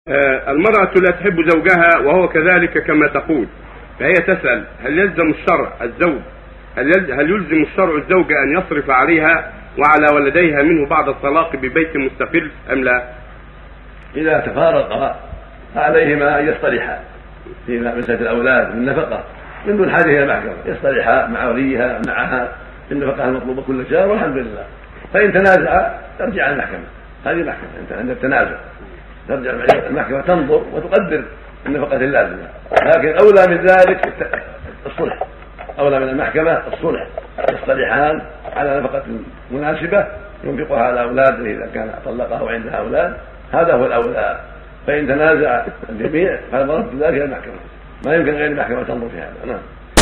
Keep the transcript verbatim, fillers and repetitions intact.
آه، المرأة لا تحب زوجها وهو كذلك كما تقول، فهي تسأل هل يلزم الشرع الزوج هل هل يلزم الشرع الزوج أن يصرف عليها وعلى ولديها منه بعد الطلاق ببيت مستقل أم لا؟ إذا تفارقا فعليهما أن يصطلحا في مسألة الأولاد من نفقة من دون حاجة إلى المحكمة، يصطلحا مع وليها معها بالنفقة المطلوبة كل شهر والحمد لله. فإن تنازعا ترجع المحكمة، هذه محكمة أنت عند التنازع ترجع المحكمة تنظر وتقدر النفقة اللازمة، لكن أولى من ذلك الصلح، أولى من المحكمة الصلح، يصطلحان على نفقة مناسبة ينفقها على أولاده إذا كان طلقها وعندها أولاد، هذا هو الأولى. فإن تنازع الجميع فالمرد ذلك إلى المحكمة، ما يمكن غير المحكمة تنظر في هذا. نعم.